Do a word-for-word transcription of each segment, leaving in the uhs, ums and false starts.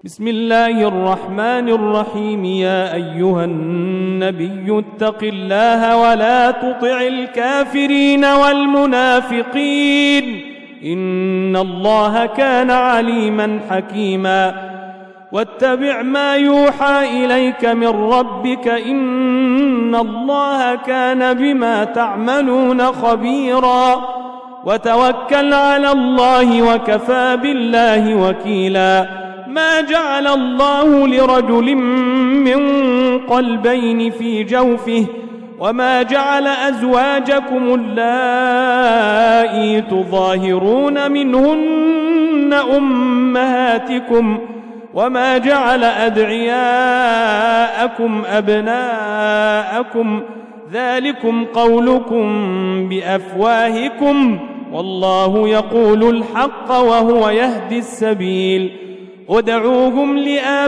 بسم الله الرحمن الرحيم. يا أيها النبي اتق الله ولا تطع الكافرين والمنافقين إن الله كان عليما حكيما. واتبع ما يوحى إليك من ربك إن الله كان بما تعملون خبيرا. وتوكل على الله وكفى بالله وكيلا. ما جعل الله لرجل من قلبين في جوفه وما جعل أزواجكم اللائي تظاهرون منهن أمهاتكم وما جعل أدعياءكم أبناءكم ذلكم قولكم بأفواهكم والله يقول الحق وهو يهدي السبيل. ادعوهم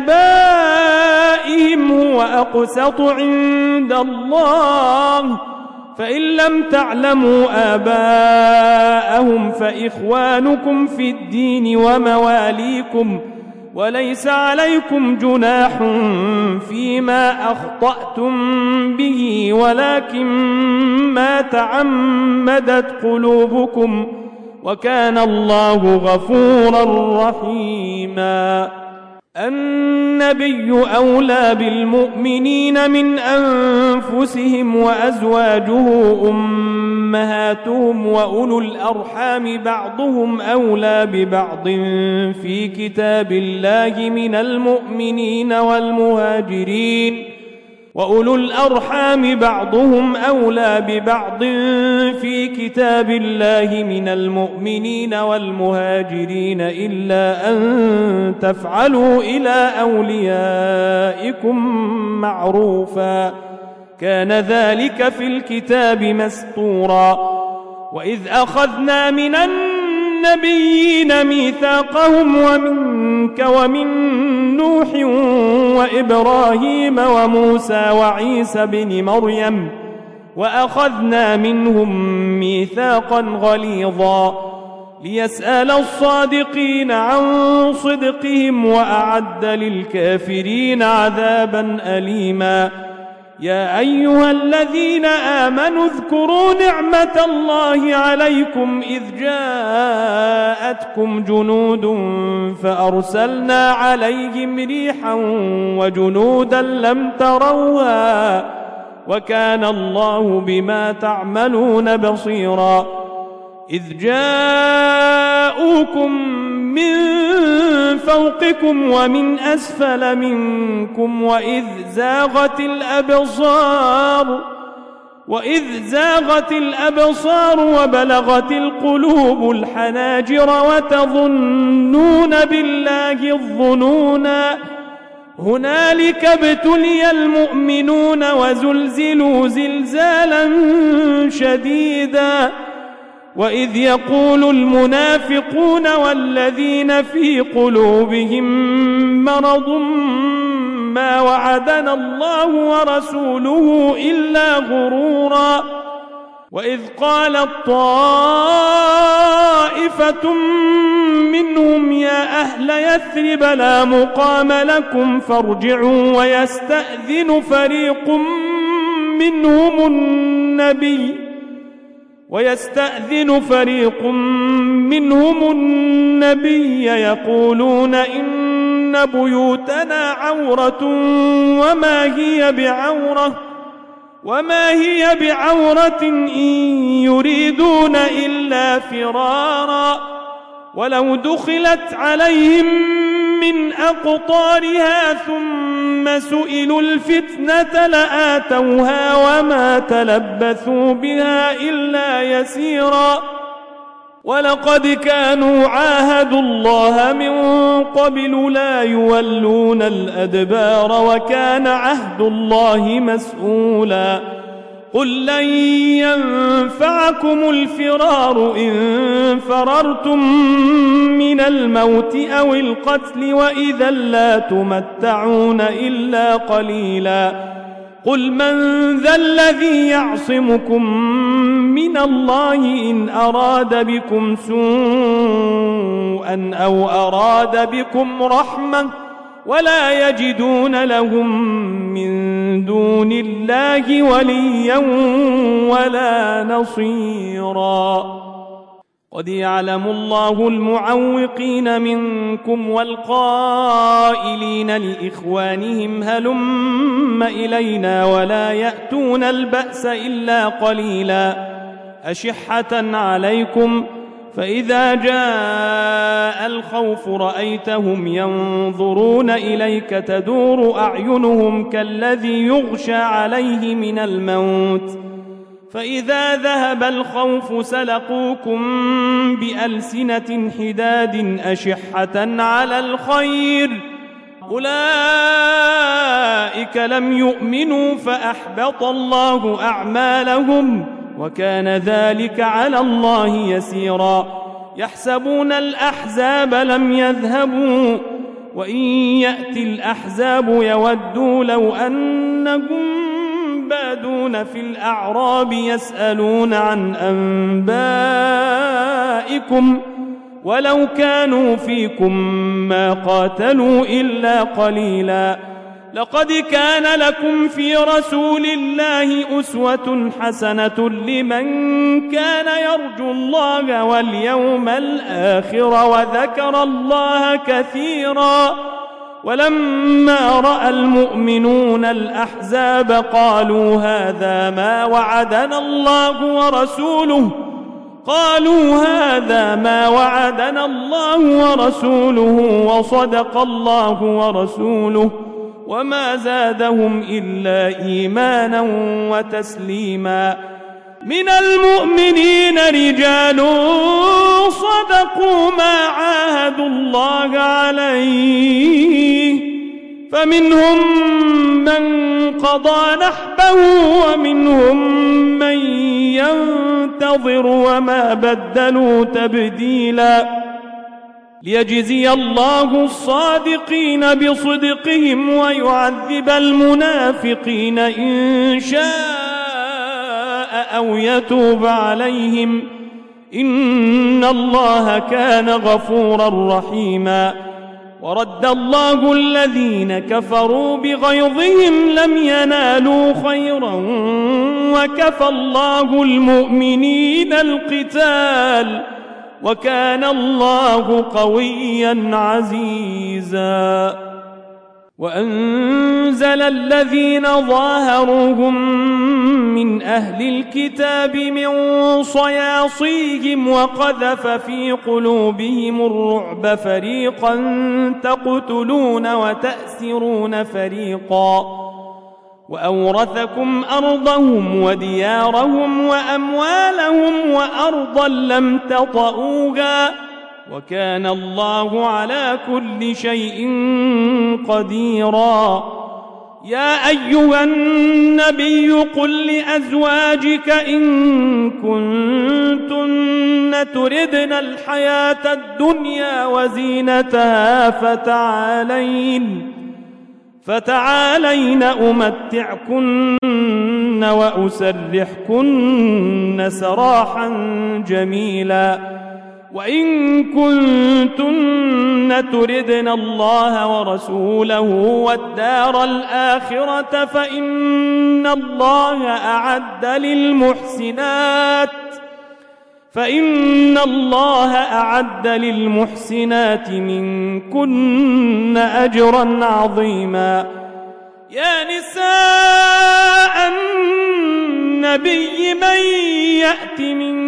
لآبائهم هو أقسط عند الله فإن لم تعلموا آباءهم فإخوانكم في الدين ومواليكم وليس عليكم جناح فيما أخطأتم به ولكن ما تعمدت قلوبكم وكان الله غفورا رحيما. النبي أولى بالمؤمنين من أنفسهم وأزواجه أمهاتهم وأولو الأرحام بعضهم أولى ببعض في كتاب الله من المؤمنين والمهاجرين وأولو الأرحام بعضهم أولى ببعض في كتاب الله من المؤمنين والمهاجرين إلا أن تفعلوا إلى أوليائكم معروفا كان ذلك في الكتاب مسطورا. وإذ أخذنا من النبيين ميثاقهم ومنك ومن نوح وإبراهيم وموسى وعيسى بن مريم وأخذنا منهم ميثاقا غليظا ليسأل الصادقين عن صدقهم وأعد للكافرين عذابا أليما. يا أيها الذين آمنوا اذكروا نعمة الله عليكم إذ جاءتكم جنود فأرسلنا عليهم ريحا وجنودا لم تروها وكان الله بما تعملون بصيرا. إذ جاءوكم من فوقكم ومن أسفل منكم وإذ زاغت الأبصار وإذ زاغت الأبصار وبلغت القلوب الحناجر وتظنون بالله الظنونا هنالك ابتلي المؤمنون وزلزلوا زلزالا شديدا. وإذ يقول المنافقون والذين في قلوبهم مرض ما وعدنا الله ورسوله إلا غرورا. وإذ قالت طائفة منهم يا أهل يثرب لا مقام لكم فارجعوا ويستأذن فريق منهم النبي ويستأذن فريق منهم النبي يقولون إن بيوتنا عورة وما هي بعورة وما هي بعورة إن يريدون إلا فرارا ولو دخلت عليهم من أقطارها ثم سئلوا الفتنة لآتوها وما تلبثوا بها إلا يسيرا. ولقد كانوا عاهدوا الله من قبل لا يولون الأدبار وكان عهد الله مسؤولا. قل لن ينفعكم الفرار إن فررتم من الموت أو القتل وإذا لا تمتعون إلا قليلا. قل من ذا الذي يعصمكم من الله إن أراد بكم سوءا أو أراد بكم رحمة ولا يجدون لهم من دون الله وليا ولا نصيرا. قد يعلم الله المعوقين منكم والقائلين لإخوانهم هلم إلينا ولا يأتون البأس إلا قليلا أشحة عليكم فإذا جاء الخوف رأيتهم ينظرون إليك تدور أعينهم كالذي يغشى عليه من الموت فإذا ذهب الخوف سلقوكم بألسنة حداد أشحة على الخير أولئك لم يؤمنوا فأحبط الله أعمالهم وكان ذلك على الله يسيرا. يحسبون الأحزاب لم يذهبوا وإن يأتي الأحزاب يودوا لو أنهم بادون في الأعراب يسألون عن أنبائكم ولو كانوا فيكم ما قاتلوا إلا قليلا. لقد كان لكم في رسول الله أسوة حسنة لمن كان يرجو الله واليوم الآخر وذكر الله كثيرا. ولما رأى المؤمنون الأحزاب قالوا هذا ما وعدنا الله ورسوله قالوا هذا ما وعدنا الله ورسوله وصدق الله ورسوله وما زادهم إلا إيمانا وتسليما. من المؤمنين رجال صدقوا ما عاهدوا الله عليه فمنهم من قضى نحبه ومنهم من ينتظر وما بدلوا تبديلا. ليجزي الله الصادقين بصدقهم ويعذب المنافقين إن شاء أو يتوب عليهم إن الله كان غفورا رحيما. ورد الله الذين كفروا بغيظهم لم ينالوا خيرا وكفى الله المؤمنين القتال وكان الله قويا عزيزا. وأنزل الذين ظاهروهم من أهل الكتاب من صياصيهم وقذف في قلوبهم الرعب فريقا تقتلون وتأسرون فريقا وأورثكم أرضهم وديارهم وأموالهم وأرضا لم تطئوها وكان الله على كل شيء قديرا. يا أيها النبي قل لأزواجك إن كنتن تردن الحياة الدنيا وزينتها فتعالين فتعالين أمتعكن وأسرحكن سراحا جميلا. وإن كنتن تردن الله ورسوله والدار الآخرة فإن الله أعد للمحسنات فإن الله أعد للمحسنات منكن أجرا عظيما. يا نساء النبي من يأت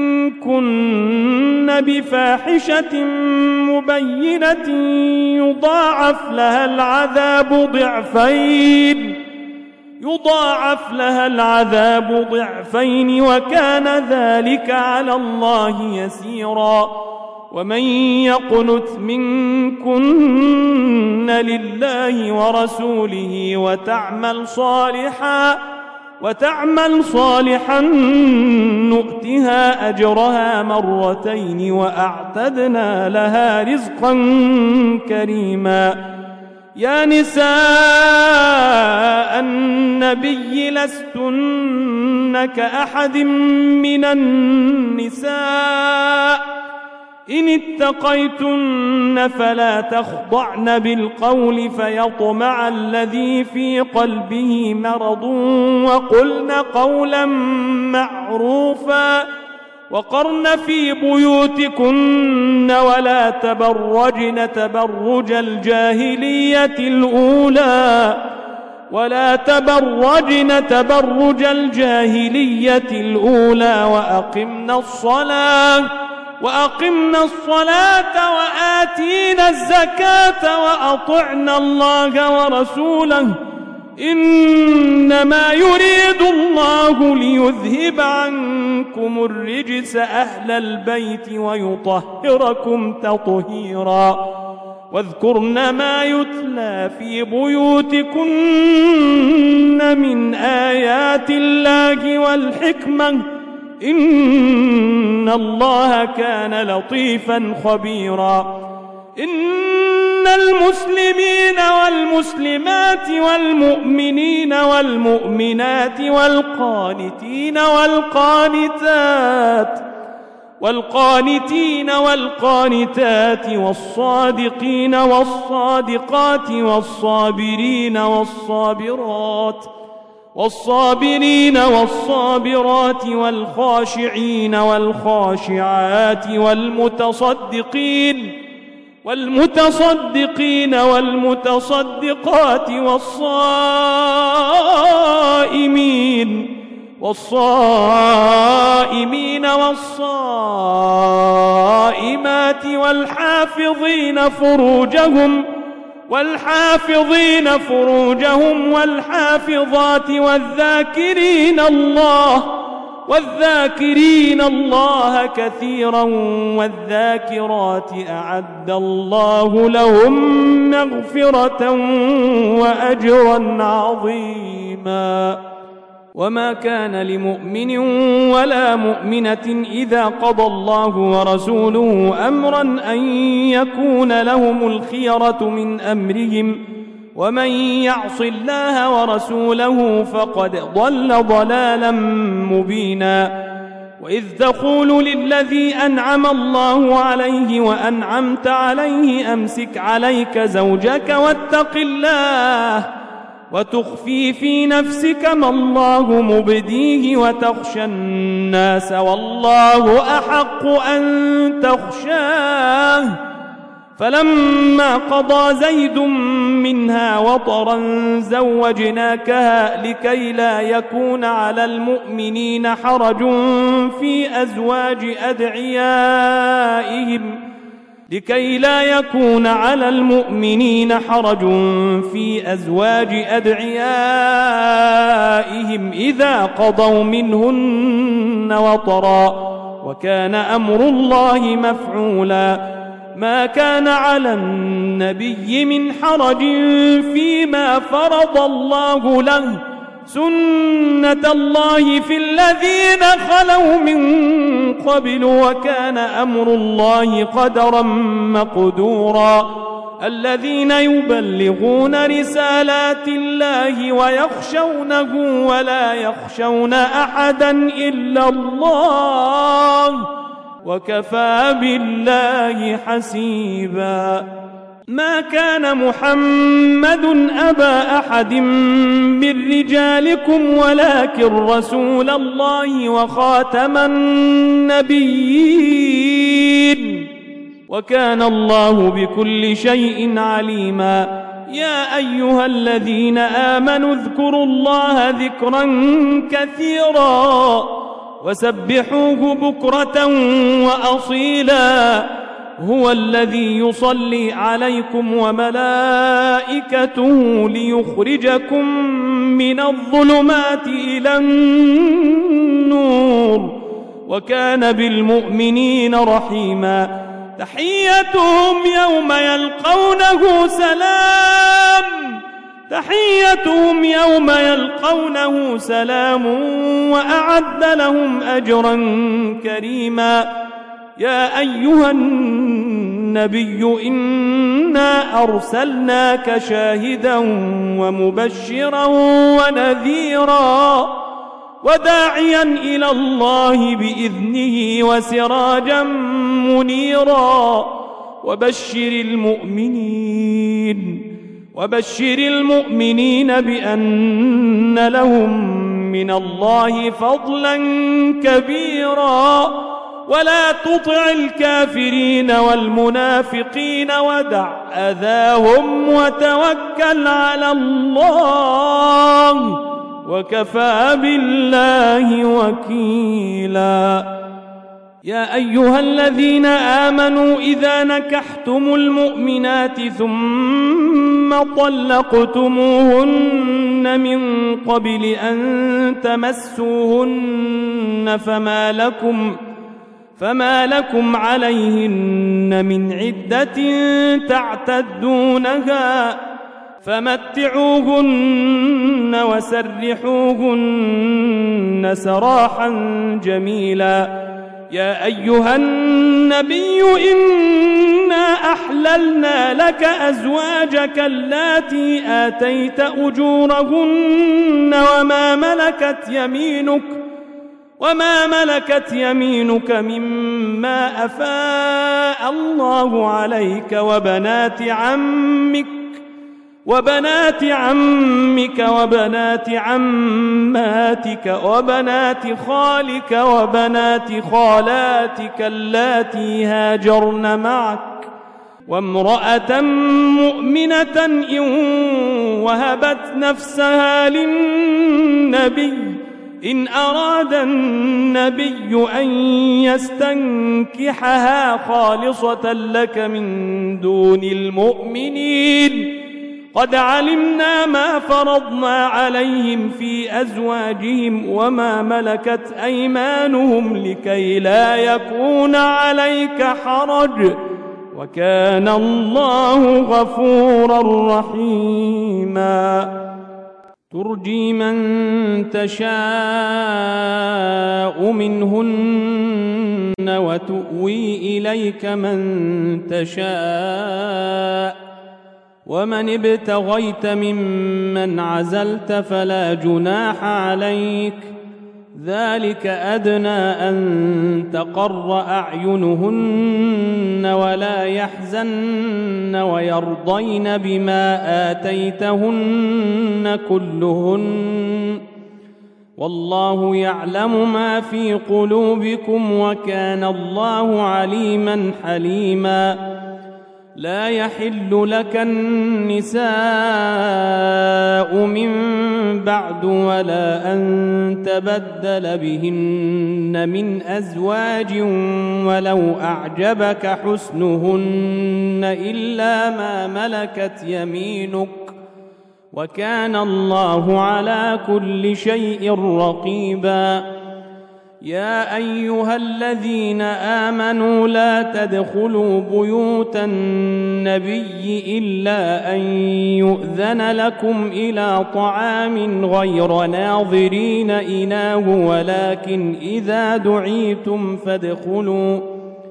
منكن بفاحشة مبينة يضاعف لها العذاب ضعفين يضاعف لها العذاب ضعفين وكان ذلك على الله يسيرا. ومن يقنت منكن لله ورسوله وتعمل صالحا وتعمل صالحا نؤتها أجرها مرتين وأعتدنا لها رزقا كريما. يا نساء النبي لستن كأحد من النساء إن اتقيتن فلا تخضعن بالقول فيطمع الذي في قلبه مرض وقلن قولا معروفا وقرن في بيوتكن ولا تبرجن تبرج الجاهلية الأولى ولا تبرجن تبرج الجاهلية الأولى وأقمنا الصلاة وأقمنا الصلاة وآتينا الزكاة وأطعنا الله ورسوله إنما يريد الله ليذهب عنكم الرجس أهل البيت ويطهركم تطهيرا واذكرن ما يتلى في بيوتكن من آيات الله والحكمة إن الله كان لطيفا خبيرا إن المسلمين والمسلمات والمؤمنين والمؤمنات والقانتين والقانتات والقانتين والقانتات والصادقين والصادقات والصابرين والصابرات والصابرين والصابرات والخاشعين والخاشعات والمتصدقين والمتصدقين والمتصدقات والصائمين والصائمين والصائمات والحافظين فروجهم والحافظين فروجهم والحافظات والذاكرين الله والذاكرين الله كثيرا والذاكرات أعد الله لهم مغفرة وأجرا عظيما وما كان لمؤمن ولا مؤمنة إذا قضى الله ورسوله أمرا أن يكون لهم الخيرة من أمرهم ومن يعص الله ورسوله فقد ضل ضلالا مبينا وإذ تقول للذي أنعم الله عليه وأنعمت عليه أمسك عليك زوجك واتق الله وتخفي في نفسك ما الله مبديه وتخشى الناس والله أحق أن تخشاه فلما قضى زيد منها وطرا زوجناكها لكي لا يكون على المؤمنين حرج في أزواج أدعيائهم لكي لا يكون على المؤمنين حرج في أزواج أدعيائهم إذا قضوا منهن وطرا وكان أمر الله مفعولا ما كان على النبي من حرج فيما فرض الله له سنة الله في الذين خلوا من قبل وكان أمر الله قدرا مقدورا الذين يبلغون رسالات الله ويخشونه ولا يخشون أحدا إلا الله وكفى بالله حسيبا ما كان محمد أبا أحد من رجالكم ولكن رسول الله وخاتم النبيين وكان الله بكل شيء عليما يا أيها الذين آمنوا اذكروا الله ذكرا كثيرا وسبحوه بكرة وأصيلا هو الذي يصلي عليكم وملائكته ليخرجكم من الظلمات إلى النور وكان بالمؤمنين رحيما تحيتهم يوم يلقونه سلام تحيتهم يوم يلقونه سلام وأعد لهم أجرا كريما يا أيها النبي إنا أرسلناك شاهدا ومبشرا ونذيرا وداعيا إلى الله بإذنه وسراجا منيرا وبشر المؤمنين وبشر المؤمنين بأن لهم من الله فضلا كبيرا ولا تطع الكافرين والمنافقين ودع أذاهم وتوكل على الله وكفى بالله وكيلا. يا أيها الذين آمنوا إذا نكحتم المؤمنات ثم طلقتموهن من قبل أن تمسوهن فما لكم فما لكم عليهن من عدة تعتدونها فمتعوهن وسرحوهن سراحا جميلا. يا أيها النبي إنا أحللنا لك أزواجك اللاتي آتيت أجورهن وما ملكت يمينك وما ملكت يمينك مما أفاء الله عليك وبنات عمك وبنات عمك وبنات عماتك وبنات خالك وبنات خالاتك اللاتي هاجرن معك وامرأة مؤمنة إن وهبت نفسها للنبي إن أراد النبي أن يستنكحها خالصة لك من دون المؤمنين قد علمنا ما فرضنا عليهم في أزواجهم وما ملكت أيمانهم لكي لا يكون عليك حرج وكان الله غفورا رحيما. ترجي من تشاء منهن وتؤوي إليك من تشاء ومن ابتغيت ممن عزلت فلا جناح عليك ذلك أدنى أن تقر أعينهن ولا يحزن ويرضين بما آتيتهن كلهن والله يعلم ما في قلوبكم وكان الله عليما حليما. لا يحل لك النساء من بعد ولا أن تبدل بهن من أزواج ولو أعجبك حسنهن إلا ما ملكت يمينك وكان الله على كل شيء رقيبا. يا أيها الذين آمنوا لا تدخلوا بيوت النبي إلا أن يؤذن لكم إلى طعام غير ناظرين إناه ولكن إذا دعيتم فادخلوا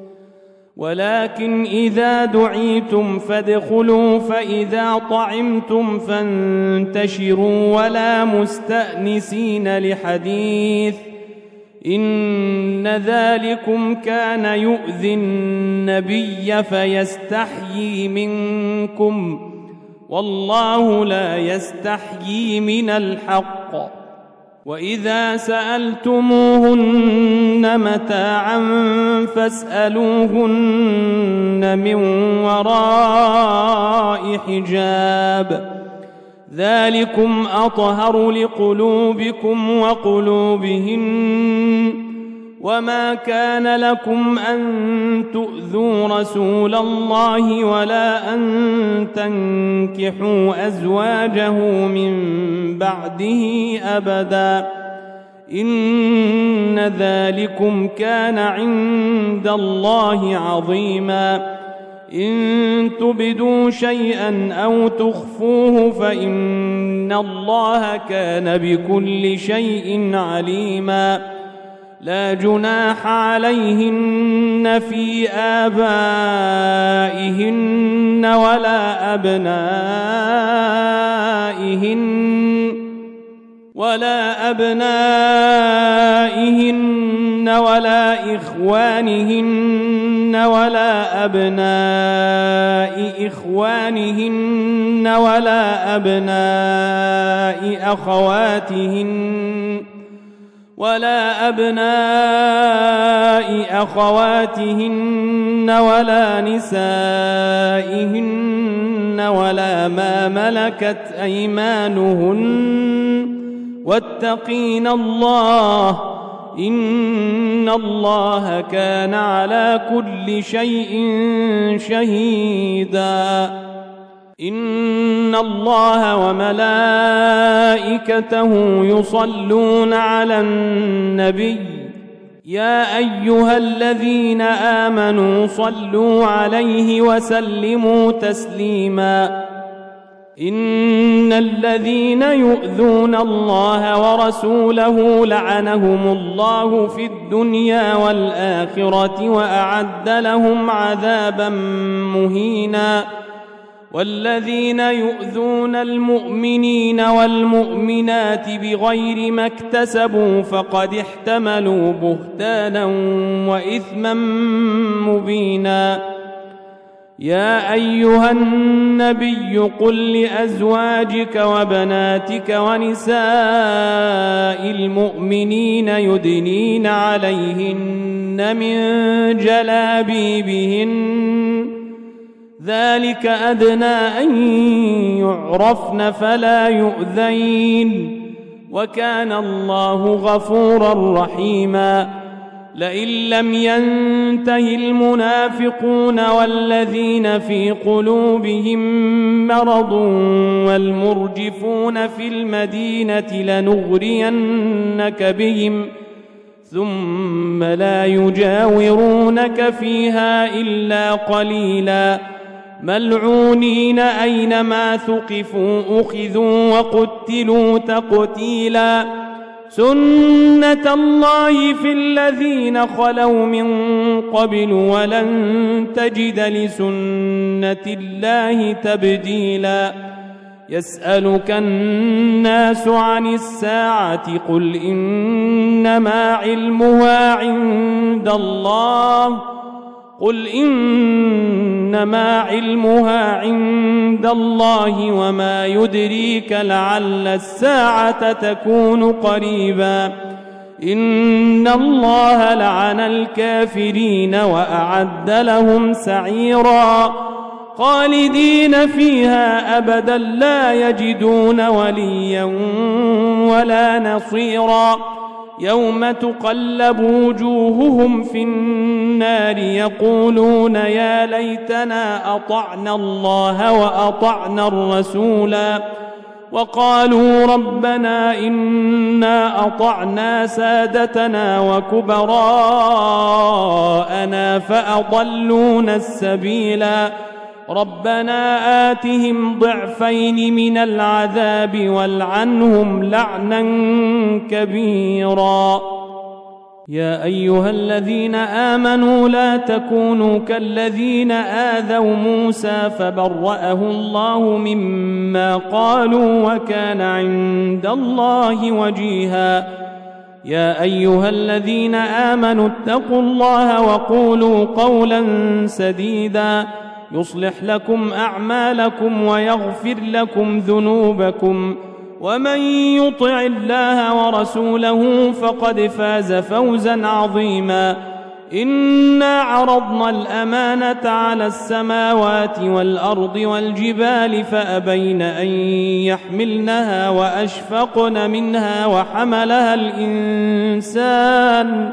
ولكن إذا دعيتم فادخلوا فإذا طعمتم فانتشروا ولا مستأنسين لحديث إن ذلكم كان يؤذي النبي فيستحيي منكم والله لا يستحيي من الحق. وإذا سألتموهن متاعا فاسألوهن من وراء حجاب ذلكم أطهر لقلوبكم وقلوبهن وما كان لكم أن تؤذوا رسول الله ولا أن تنكحوا أزواجه من بعده أبدا إن ذلكم كان عند الله عظيما. إن تبدوا شيئا أو تخفوه فإن الله كان بكل شيء عليما. لا جناح عليهن في آبائهن ولا أبنائهن ولا أبنائهن ولا إخوانهن ولا أبناء إخوانهن ولا أبناء أخواتهن ولا أبناء أخواتهن ولا نسائهن ولا ما ملكت أيمانهن واتقين الله إن الله كان على كل شيء شهيدا. إن الله وملائكته يصلون على النبي يا أيها الذين آمنوا صلوا عليه وسلموا تسليما. إن الذين يؤذون الله ورسوله لعنهم الله في الدنيا والآخرة وأعد لهم عذابا مهينا. والذين يؤذون المؤمنين والمؤمنات بغير ما اكتسبوا فقد احتملوا بهتانا وإثما مبينا. يا أيها النبي قل لأزواجك وبناتك ونساء المؤمنين يدنين عليهن من جلابيبهن ذلك أدنى أن يعرفن فلا يؤذين وكان الله غفورا رحيما. لئن لم ينته المنافقون والذين في قلوبهم مرض والمرجفون في المدينة لنغرينك بهم ثم لا يجاورونك فيها إلا قليلا ملعونين أينما ثقفوا أخذوا وقتلوا تقتيلا. سنة الله في الذين خلوا من قبل ولن تجد لسنة الله تبديلا. يسألك الناس عن الساعة قل إنما علمها عند الله قل إنما علمها عند الله وما يدريك لعل الساعة تكون قريبا. إن الله لعن الكافرين وأعد لهم سعيرا خالدين فيها أبدا لا يجدون وليا ولا نصيرا. يوم تقلب وجوههم في النار يقولون يا ليتنا أطعنا الله وأطعنا الرسولا وقالوا ربنا إنا أطعنا سادتنا وكبراءنا فأضلونا السبيلا. ربنا آتهم ضعفين من العذاب والعنهم لعنا كبيرا. يا أيها الذين آمنوا لا تكونوا كالذين آذوا موسى فبرأه الله مما قالوا وكان عند الله وجيها. يا أيها الذين آمنوا اتقوا الله وقولوا قولا سديدا يصلح لكم أعمالكم ويغفر لكم ذنوبكم ومن يطع الله ورسوله فقد فاز فوزا عظيما. إنا عرضنا الأمانة على السماوات والأرض والجبال فأبين أن يحملنها وأشفقن منها وحملها الإنسان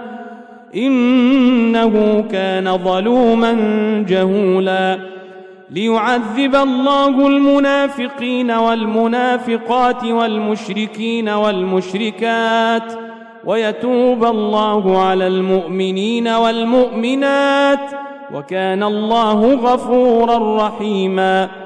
إنه كان ظلوما جهولا. ليعذب الله المنافقين والمنافقات والمشركين والمشركات ويتوب الله على المؤمنين والمؤمنات وكان الله غفورا رحيما.